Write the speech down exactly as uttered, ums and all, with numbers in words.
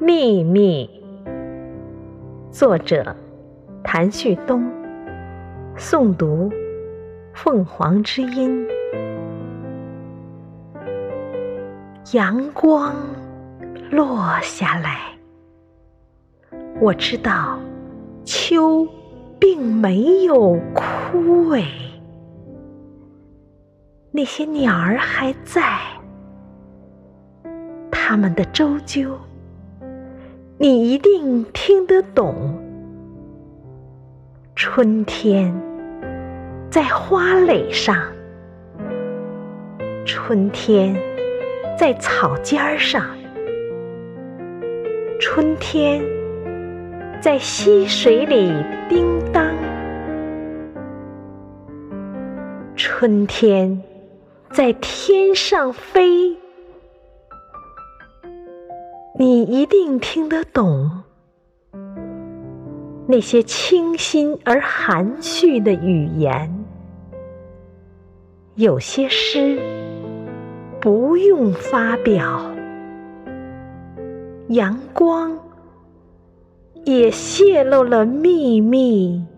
秘密，作者谭旭东，诵读凤凰之音。阳光落下来，我知道秋并没有枯萎，那些鸟儿还在，它们的啁啾你一定听得懂。春天在花蕾上，春天在草尖上，春天在溪水里叮当，春天在天上飞，你一定听得懂那些清新而含蓄的语言。有些诗不用发表，阳光也泄露了秘密。